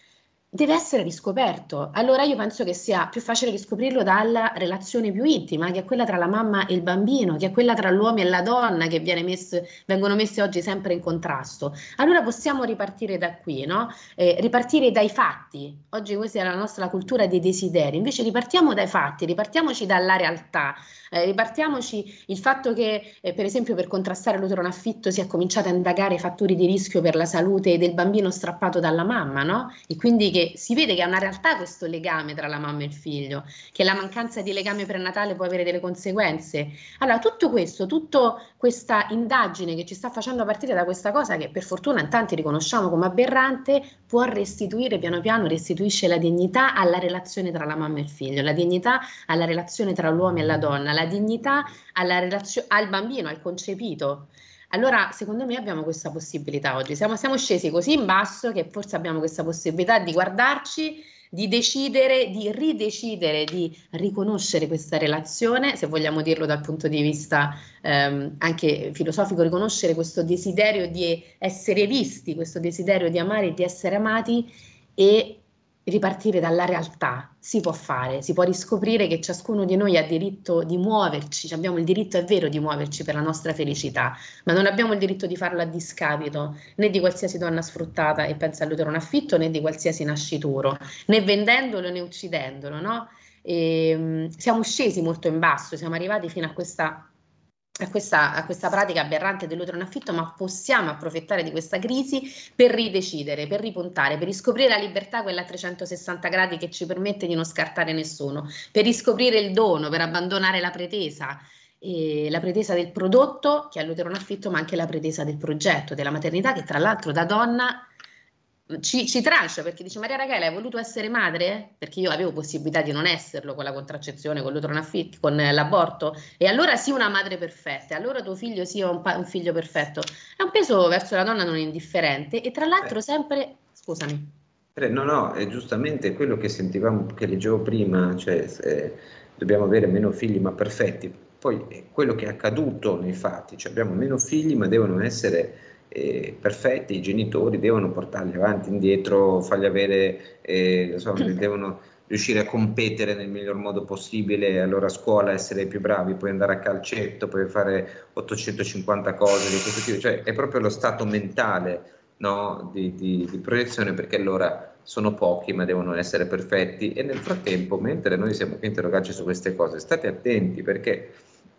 deve essere riscoperto. Allora io penso che sia più facile riscoprirlo dalla relazione più intima, che è quella tra la mamma e il bambino, che è quella tra l'uomo e la donna, che viene messo, vengono messe oggi sempre in contrasto. Allora possiamo ripartire da qui, no? Eh, ripartire dai fatti. Oggi questa è la nostra cultura dei desideri, invece ripartiamo dai fatti, ripartiamoci dalla realtà. Eh, ripartiamoci il fatto che eh, per esempio per contrastare l'utero in affitto si è cominciato a indagare i fattori di rischio per la salute del bambino strappato dalla mamma, no? E quindi che si vede che è una realtà questo legame tra la mamma e il figlio, che la mancanza di legame prenatale può avere delle conseguenze. Allora tutto questo, tutta questa indagine che ci sta facendo partire da questa cosa che per fortuna in tanti riconosciamo come aberrante, può restituire piano piano, restituisce la dignità alla relazione tra la mamma e il figlio, la dignità alla relazione tra l'uomo e la donna, la dignità alla relazio- al bambino, al concepito. Allora, secondo me abbiamo questa possibilità oggi. Siamo, siamo scesi così in basso che forse abbiamo questa possibilità di guardarci, di decidere, di ridecidere, di riconoscere questa relazione, se vogliamo dirlo dal punto di vista ehm, anche filosofico, riconoscere questo desiderio di essere visti, questo desiderio di amare e di essere amati e ripartire dalla realtà. Si può fare, si può riscoprire che ciascuno di noi ha diritto di muoverci, abbiamo il diritto, è vero, di muoverci per la nostra felicità, ma non abbiamo il diritto di farlo a discapito né di qualsiasi donna sfruttata e pensa all'utero in affitto, né di qualsiasi nascituro, né vendendolo né uccidendolo, no? E, um, siamo scesi molto in basso, siamo arrivati fino a questa A questa, a questa pratica aberrante dell'utero in affitto, ma possiamo approfittare di questa crisi per ridecidere, per ripuntare, per riscoprire la libertà, quella a trecentosessanta gradi che ci permette di non scartare nessuno, per riscoprire il dono, per abbandonare la pretesa, e la pretesa del prodotto che è l'utero in affitto, ma anche la pretesa del progetto, della maternità, che tra l'altro da donna Ci, ci trancia, perché dice: Maria Rachele, hai voluto essere madre? Perché io avevo possibilità di non esserlo con la contraccezione, con l'utero in affitto, con l'aborto, e allora sì una madre perfetta, e allora tuo figlio sia un, un figlio perfetto. È un peso verso la donna non indifferente, e tra l'altro sempre, scusami. No, no, è giustamente quello che sentivamo, che leggevo prima, cioè eh, dobbiamo avere meno figli ma perfetti. Poi è quello che è accaduto nei fatti, cioè abbiamo meno figli ma devono essere Eh, perfetti, i genitori devono portarli avanti, indietro, fargli avere, eh, insomma, devono riuscire a competere nel miglior modo possibile, allora a scuola essere più bravi, poi andare a calcetto, poi fare ottocentocinquanta cose di questo tipo, cioè è proprio lo stato mentale, no, di, di, di proiezione, perché allora sono pochi ma devono essere perfetti. E nel frattempo, mentre noi siamo qui a interrogarci su queste cose, state attenti, perché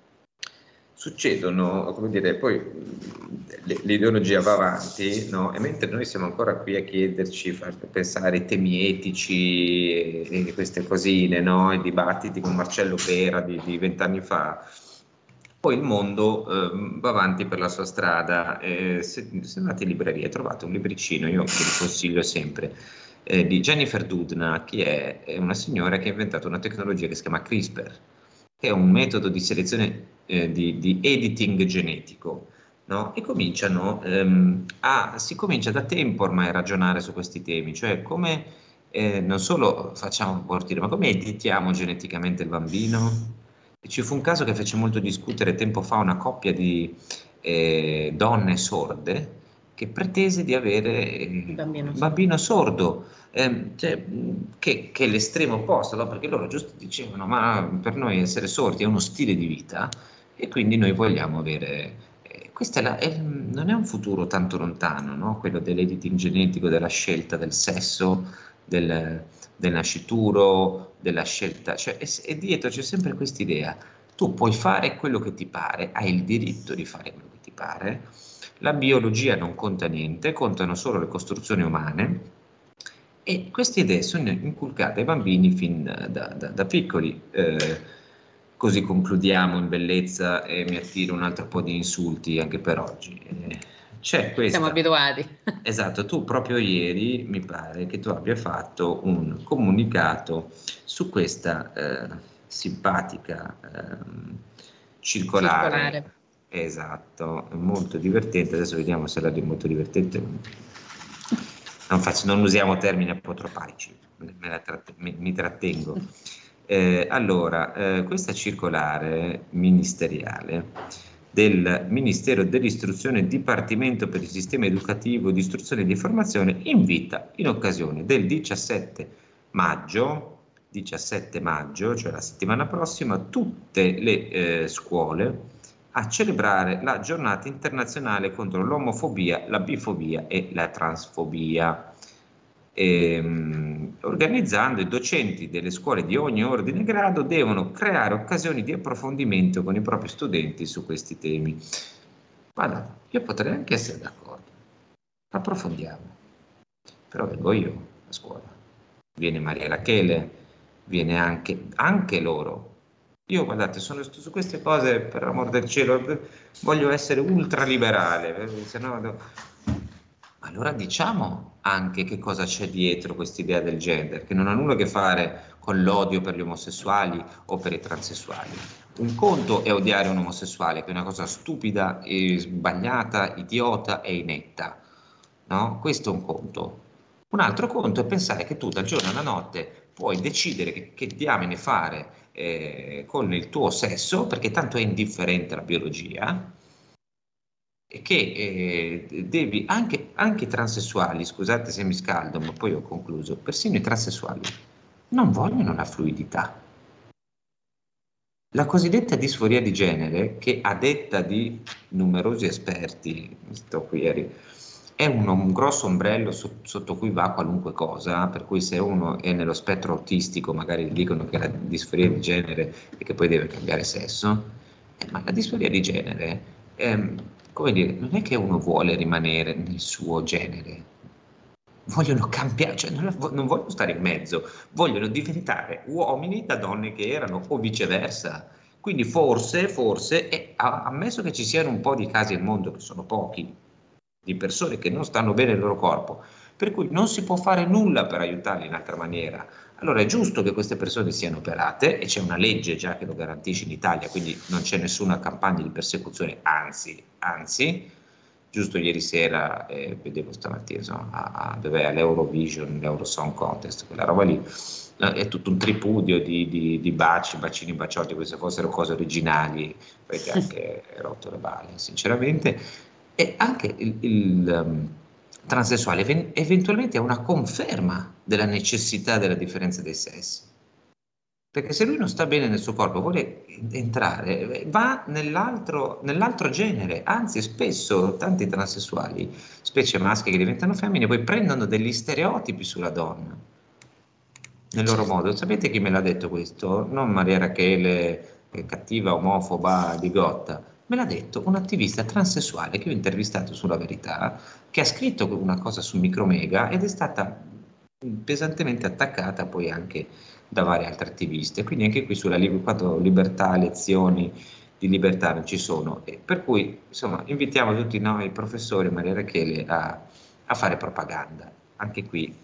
succedono, come dire, poi l'ideologia va avanti, no? E mentre noi siamo ancora qui a chiederci, far pensare ai temi etici e, e queste cosine, no? I dibattiti con Marcello Pera di vent'anni fa, poi il mondo eh, va avanti per la sua strada. Eh, se, se andate in libreria e trovate un libricino, io ve lo consiglio sempre, eh, di Jennifer Doudna, che è, è una signora che ha inventato una tecnologia che si chiama CRISPR, che è un metodo di selezione eh, di, di editing genetico, no? E cominciano ehm, a, si comincia da tempo ormai a ragionare su questi temi, cioè come eh, non solo facciamo abortire, ma come editiamo geneticamente il bambino. E ci fu un caso che fece molto discutere tempo fa una coppia di eh, donne sorde che pretese di avere eh, un bambino, bambino sordo, eh, cioè, che, che è l'estremo opposto, no? Perché loro giusto dicevano: ma per noi essere sordi è uno stile di vita e quindi noi vogliamo avere, eh, questo è la, è, non è un futuro tanto lontano, no? Quello dell'editing genetico, della scelta del sesso, del, del nascituro, della scelta, cioè, e, e dietro c'è sempre questa idea: tu puoi fare quello che ti pare, hai il diritto di fare quello che ti pare. La biologia non conta niente, contano solo le costruzioni umane, e queste idee sono inculcate ai bambini fin da, da, da piccoli. Eh, così concludiamo in bellezza e mi attiro un altro po' di insulti anche per oggi. Eh, c'è questa, siamo abituati. Esatto, tu proprio ieri mi pare che tu abbia fatto un comunicato su questa eh, simpatica eh, circolare. circolare. Esatto, è molto divertente. Adesso vediamo se la è molto divertente. Non, faccio, non usiamo termini apotropaici, me la tratt- mi, mi trattengo. Eh, allora, eh, questa circolare ministeriale del Ministero dell'Istruzione, Dipartimento per il Sistema Educativo di Istruzione e di Formazione, invita in occasione del diciassette maggio, diciassette maggio, cioè la settimana prossima, tutte le eh, scuole a celebrare la giornata internazionale contro l'omofobia, la bifobia e la transfobia, ehm, organizzando i docenti delle scuole di ogni ordine e grado devono creare occasioni di approfondimento con i propri studenti su questi temi. Guarda, io potrei anche essere d'accordo, approfondiamo, però vengo io a scuola, viene Maria Rachele, viene anche, anche loro. Io, guardate, sono su queste cose, per l'amor del cielo, voglio essere ultraliberale, se no... Allora diciamo anche che cosa c'è dietro quest'idea del gender, che non ha nulla a che fare con l'odio per gli omosessuali o per i transessuali. Un conto è odiare un omosessuale, che è una cosa stupida, e sbagliata, idiota e inetta, no? Questo è un conto. Un altro conto è pensare che tu dal giorno alla notte puoi decidere che, che diamine fare eh, con il tuo sesso, perché tanto è indifferente la biologia, e che eh, devi, anche, anche i transessuali, scusate se mi scaldo, ma poi ho concluso, persino i transessuali non vogliono la fluidità. La cosiddetta disforia di genere, che a detta di numerosi esperti, sto qui ieri, è un, un grosso ombrello so, sotto cui va qualunque cosa, per cui se uno è nello spettro autistico magari dicono che è la disforia di genere e che poi deve cambiare sesso, eh, ma la disforia di genere, ehm, come dire, non è che uno vuole rimanere nel suo genere, vogliono cambiare, cioè non, non vogliono stare in mezzo, vogliono diventare uomini da donne che erano o viceversa. Quindi forse, forse, è ammesso che ci siano un po' di casi al mondo, che sono pochi, di persone che non stanno bene nel loro corpo, per cui non si può fare nulla per aiutarli in altra maniera. Allora è giusto che queste persone siano operate e c'è una legge già che lo garantisce in Italia, quindi non c'è nessuna campagna di persecuzione, anzi, anzi, giusto ieri sera, eh, vedevo stamattina, insomma, a, a, dov'è all'Eurovision, l'Eurosong Contest, quella roba lì, eh, è tutto un tripudio di, di, di baci, bacini, baciotti, come se fossero cose originali, perché anche rotto le balle, sinceramente, e anche il... il um, transessuale eventualmente è una conferma della necessità della differenza dei sessi, perché se lui non sta bene nel suo corpo, vuole entrare, va nell'altro, nell'altro genere, anzi spesso tanti transessuali, specie maschi che diventano femmine, poi prendono degli stereotipi sulla donna nel loro modo. Sapete chi me l'ha detto questo? Non Maria Rachele, che è cattiva, omofoba, bigotta. Me l'ha detto un attivista transessuale che ho intervistato sulla Verità, che ha scritto una cosa su Micromega ed è stata pesantemente attaccata poi anche da vari altri attivisti. Quindi anche qui sulla quanto libertà, lezioni di libertà non ci sono. E per cui insomma invitiamo tutti noi professori, Maria Rachele, a, a fare propaganda. Anche qui.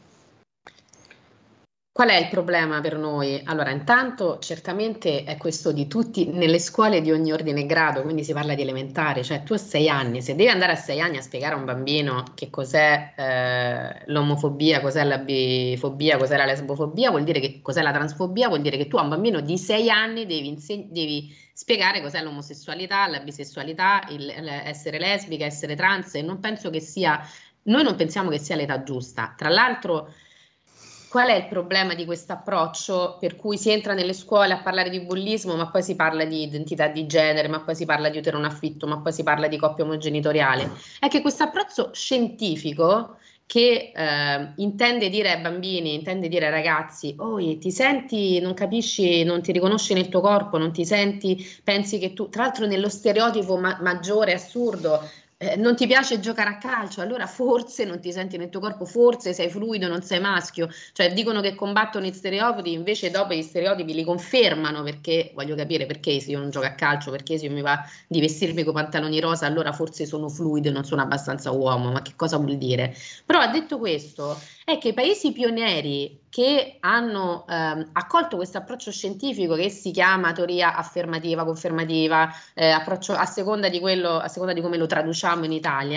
Qual è il problema per noi? Allora, intanto certamente è questo di tutti nelle scuole di ogni ordine e grado, quindi si parla di elementare, cioè tu a sei anni, se devi andare a sei anni a spiegare a un bambino che cos'è eh, l'omofobia, cos'è la bifobia, cos'è la lesbofobia, vuol dire che cos'è la transfobia, vuol dire che tu a un bambino di sei anni devi, inseg- devi spiegare cos'è l'omosessualità, la bisessualità, il, essere lesbica, essere trans, e non penso che sia, noi non pensiamo che sia l'età giusta. Tra l'altro, qual è il problema di questo approccio per cui si entra nelle scuole a parlare di bullismo, ma poi si parla di identità di genere, ma poi si parla di utero in affitto, ma poi si parla di coppia omogenitoriale? È che questo approccio scientifico che eh, intende dire ai bambini, intende dire ai ragazzi, oh, ti senti, non capisci, non ti riconosci nel tuo corpo, non ti senti, pensi che tu, tra l'altro nello stereotipo ma- maggiore, assurdo, Eh, non ti piace giocare a calcio, allora forse non ti senti nel tuo corpo, forse sei fluido, non sei maschio, cioè dicono che combattono gli stereotipi, invece dopo gli stereotipi li confermano, perché voglio capire perché se io non gioco a calcio, perché se io mi va di vestirmi con pantaloni rosa, allora forse sono fluido e non sono abbastanza uomo, ma che cosa vuol dire? Però ha detto questo, è che i paesi pionieri che hanno ehm, accolto questo approccio scientifico che si chiama teoria affermativa, confermativa, eh, approccio a seconda di quello, a seconda di come lo traduciamo in Italia,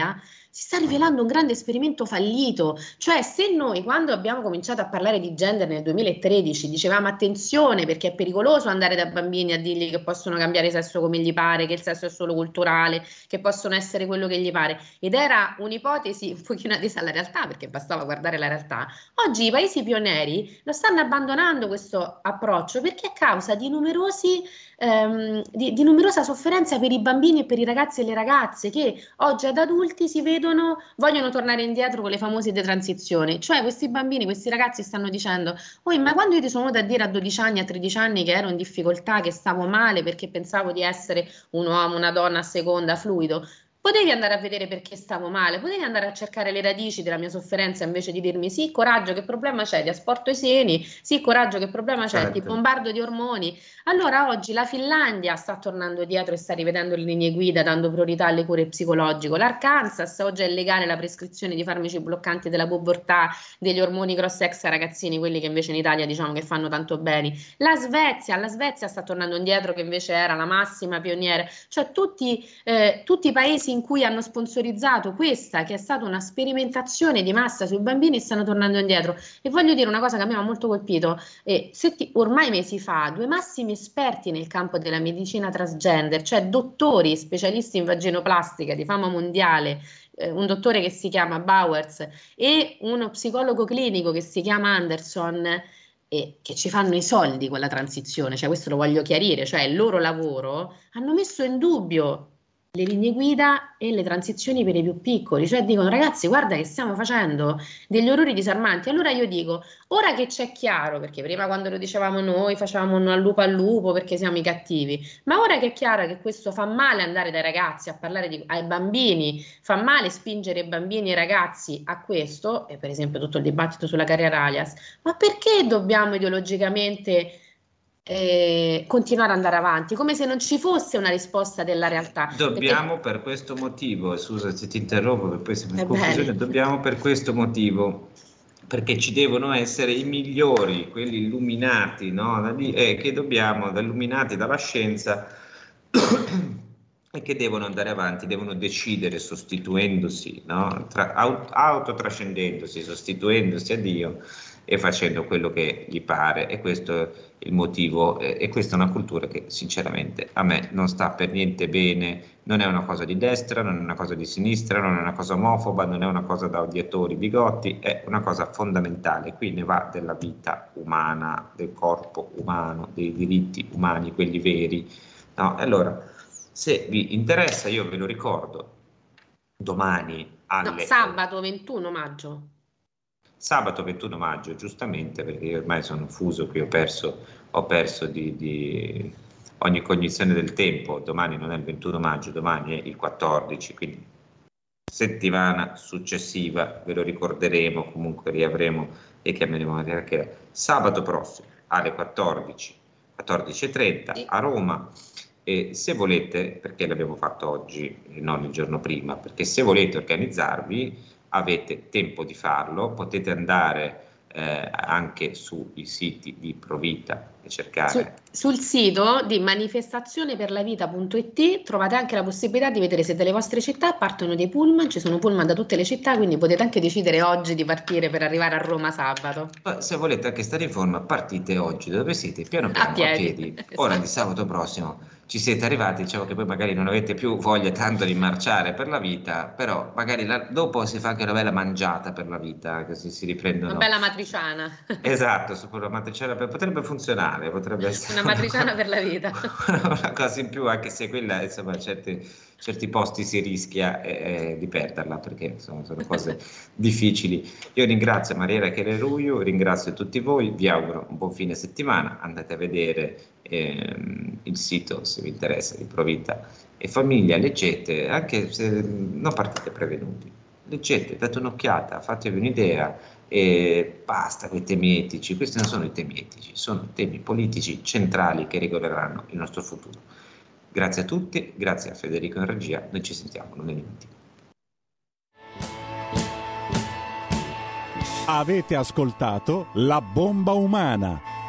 si sta rivelando un grande esperimento fallito. Cioè, se noi quando abbiamo cominciato a parlare di gender nel duemilatredici dicevamo attenzione perché è pericoloso andare da bambini a dirgli che possono cambiare sesso come gli pare, che il sesso è solo culturale, che possono essere quello che gli pare, ed era un'ipotesi un pochino attesa alla realtà perché bastava guardare la realtà, oggi i paesi pionieri lo stanno abbandonando questo approccio perché a causa di numerosi ehm, di, di numerosa sofferenza per i bambini e per i ragazzi e le ragazze che oggi ad adulti si vedono, vogliono tornare indietro con le famose detransizioni. Cioè questi bambini, questi ragazzi stanno dicendo: oh, ma quando io ti sono venuta a dire a dodici anni, a tredici anni che ero in difficoltà, che stavo male perché pensavo di essere un uomo, una donna a seconda, fluido, potevi andare a vedere perché stavo male, potevi andare a cercare le radici della mia sofferenza invece di dirmi sì, coraggio, che problema c'è, ti asporto i seni, sì, coraggio, che problema c'è, certo, ti bombardo di ormoni. Allora oggi la Finlandia sta tornando dietro e sta rivedendo le linee guida, dando priorità alle cure psicologiche. L'Arkansas oggi è legale la prescrizione di farmaci bloccanti della pubertà, degli ormoni cross-sex a ragazzini, quelli che invece in Italia diciamo che fanno tanto bene. La Svezia, la Svezia sta tornando indietro, che invece era la massima pioniera. Cioè tutti, eh, tutti i paesi in cui hanno sponsorizzato questa, che è stata una sperimentazione di massa sui bambini, stanno tornando indietro. E voglio dire una cosa che a me ha molto colpito: eh, setti- ormai mesi fa due massimi esperti nel campo della medicina transgender, cioè dottori specialisti in vaginoplastica di fama mondiale, eh, un dottore che si chiama Bowers e uno psicologo clinico che si chiama Anderson, e che ci fanno i soldi con la transizione, cioè questo lo voglio chiarire, cioè il loro lavoro, hanno messo in dubbio le linee guida e le transizioni per i più piccoli, cioè dicono: ragazzi, guarda che stiamo facendo degli orrori disarmanti. Allora io dico, ora che c'è chiaro, perché prima quando lo dicevamo noi facevamo un al lupo al lupo perché siamo i cattivi, ma ora che è chiaro che questo fa male andare dai ragazzi a parlare di, ai bambini, fa male spingere i bambini e i ragazzi a questo, e per esempio tutto il dibattito sulla carriera alias, ma perché dobbiamo ideologicamente Eh, continuare ad andare avanti come se non ci fosse una risposta della realtà? Dobbiamo perché... per questo motivo, scusa se ti interrompo, perché poi siamo in confusione, dobbiamo per questo motivo, perché ci devono essere i migliori, quelli illuminati, no? Eh, che dobbiamo, illuminati dalla scienza e che devono andare avanti, devono decidere sostituendosi, no? Tra, autotrascendendosi, sostituendosi a Dio e facendo quello che gli pare, e questo è il motivo, e, e questa è una cultura che sinceramente a me non sta per niente bene, non è una cosa di destra, non è una cosa di sinistra, non è una cosa omofoba, non è una cosa da odiatori bigotti, è una cosa fondamentale. Qui ne va della vita umana, del corpo umano, dei diritti umani, quelli veri, no? Allora, se vi interessa, io ve lo ricordo, domani alle... No, sabato ventuno maggio. Sabato ventuno maggio, giustamente, perché io ormai sono fuso qui, ho perso, ho perso di, di ogni cognizione del tempo. Domani non è il ventuno maggio, domani è il quattordici, quindi settimana successiva, ve lo ricorderemo, comunque riavremo e chiameremo la chiacchiera. Sabato prossimo alle quattordici, quattordici e trenta sì, a Roma. E se volete, perché l'abbiamo fatto oggi e non il giorno prima, perché se volete organizzarvi avete tempo di farlo, potete andare eh, anche sui siti di Provita e cercare. Su, sul sito di manifestazione per la vita punto it trovate anche la possibilità di vedere se dalle vostre città partono dei pullman, ci sono pullman da tutte le città, quindi potete anche decidere oggi di partire per arrivare a Roma sabato. Ma se volete anche stare in forma, partite oggi, dove siete? Piano piano, a piedi, a piedi. Esatto. Ora di sabato prossimo ci siete arrivati, diciamo che poi magari non avete più voglia tanto di marciare per la vita, però magari la, dopo si fa anche una bella mangiata per la vita, così si riprendono. Una bella matriciana. Esatto, una matriciana potrebbe funzionare, potrebbe essere una matriciana per la vita. Una cosa in più, anche se quella, insomma, certi, certi posti si rischia eh, di perderla, perché insomma sono cose difficili. Io ringrazio Mariera Chereruiu, ringrazio tutti voi, vi auguro un buon fine settimana, andate a vedere ehm, il sito se vi interessa di Provita e Famiglia, leggete, anche se non partite prevenuti, leggete, date un'occhiata, fatevi un'idea e basta con i temi etici. Questi non sono i temi etici, sono temi politici centrali che regoleranno il nostro futuro. Grazie a tutti, grazie a Federico in regia, noi ci sentiamo lunedì. Avete ascoltato La Bomba Umana,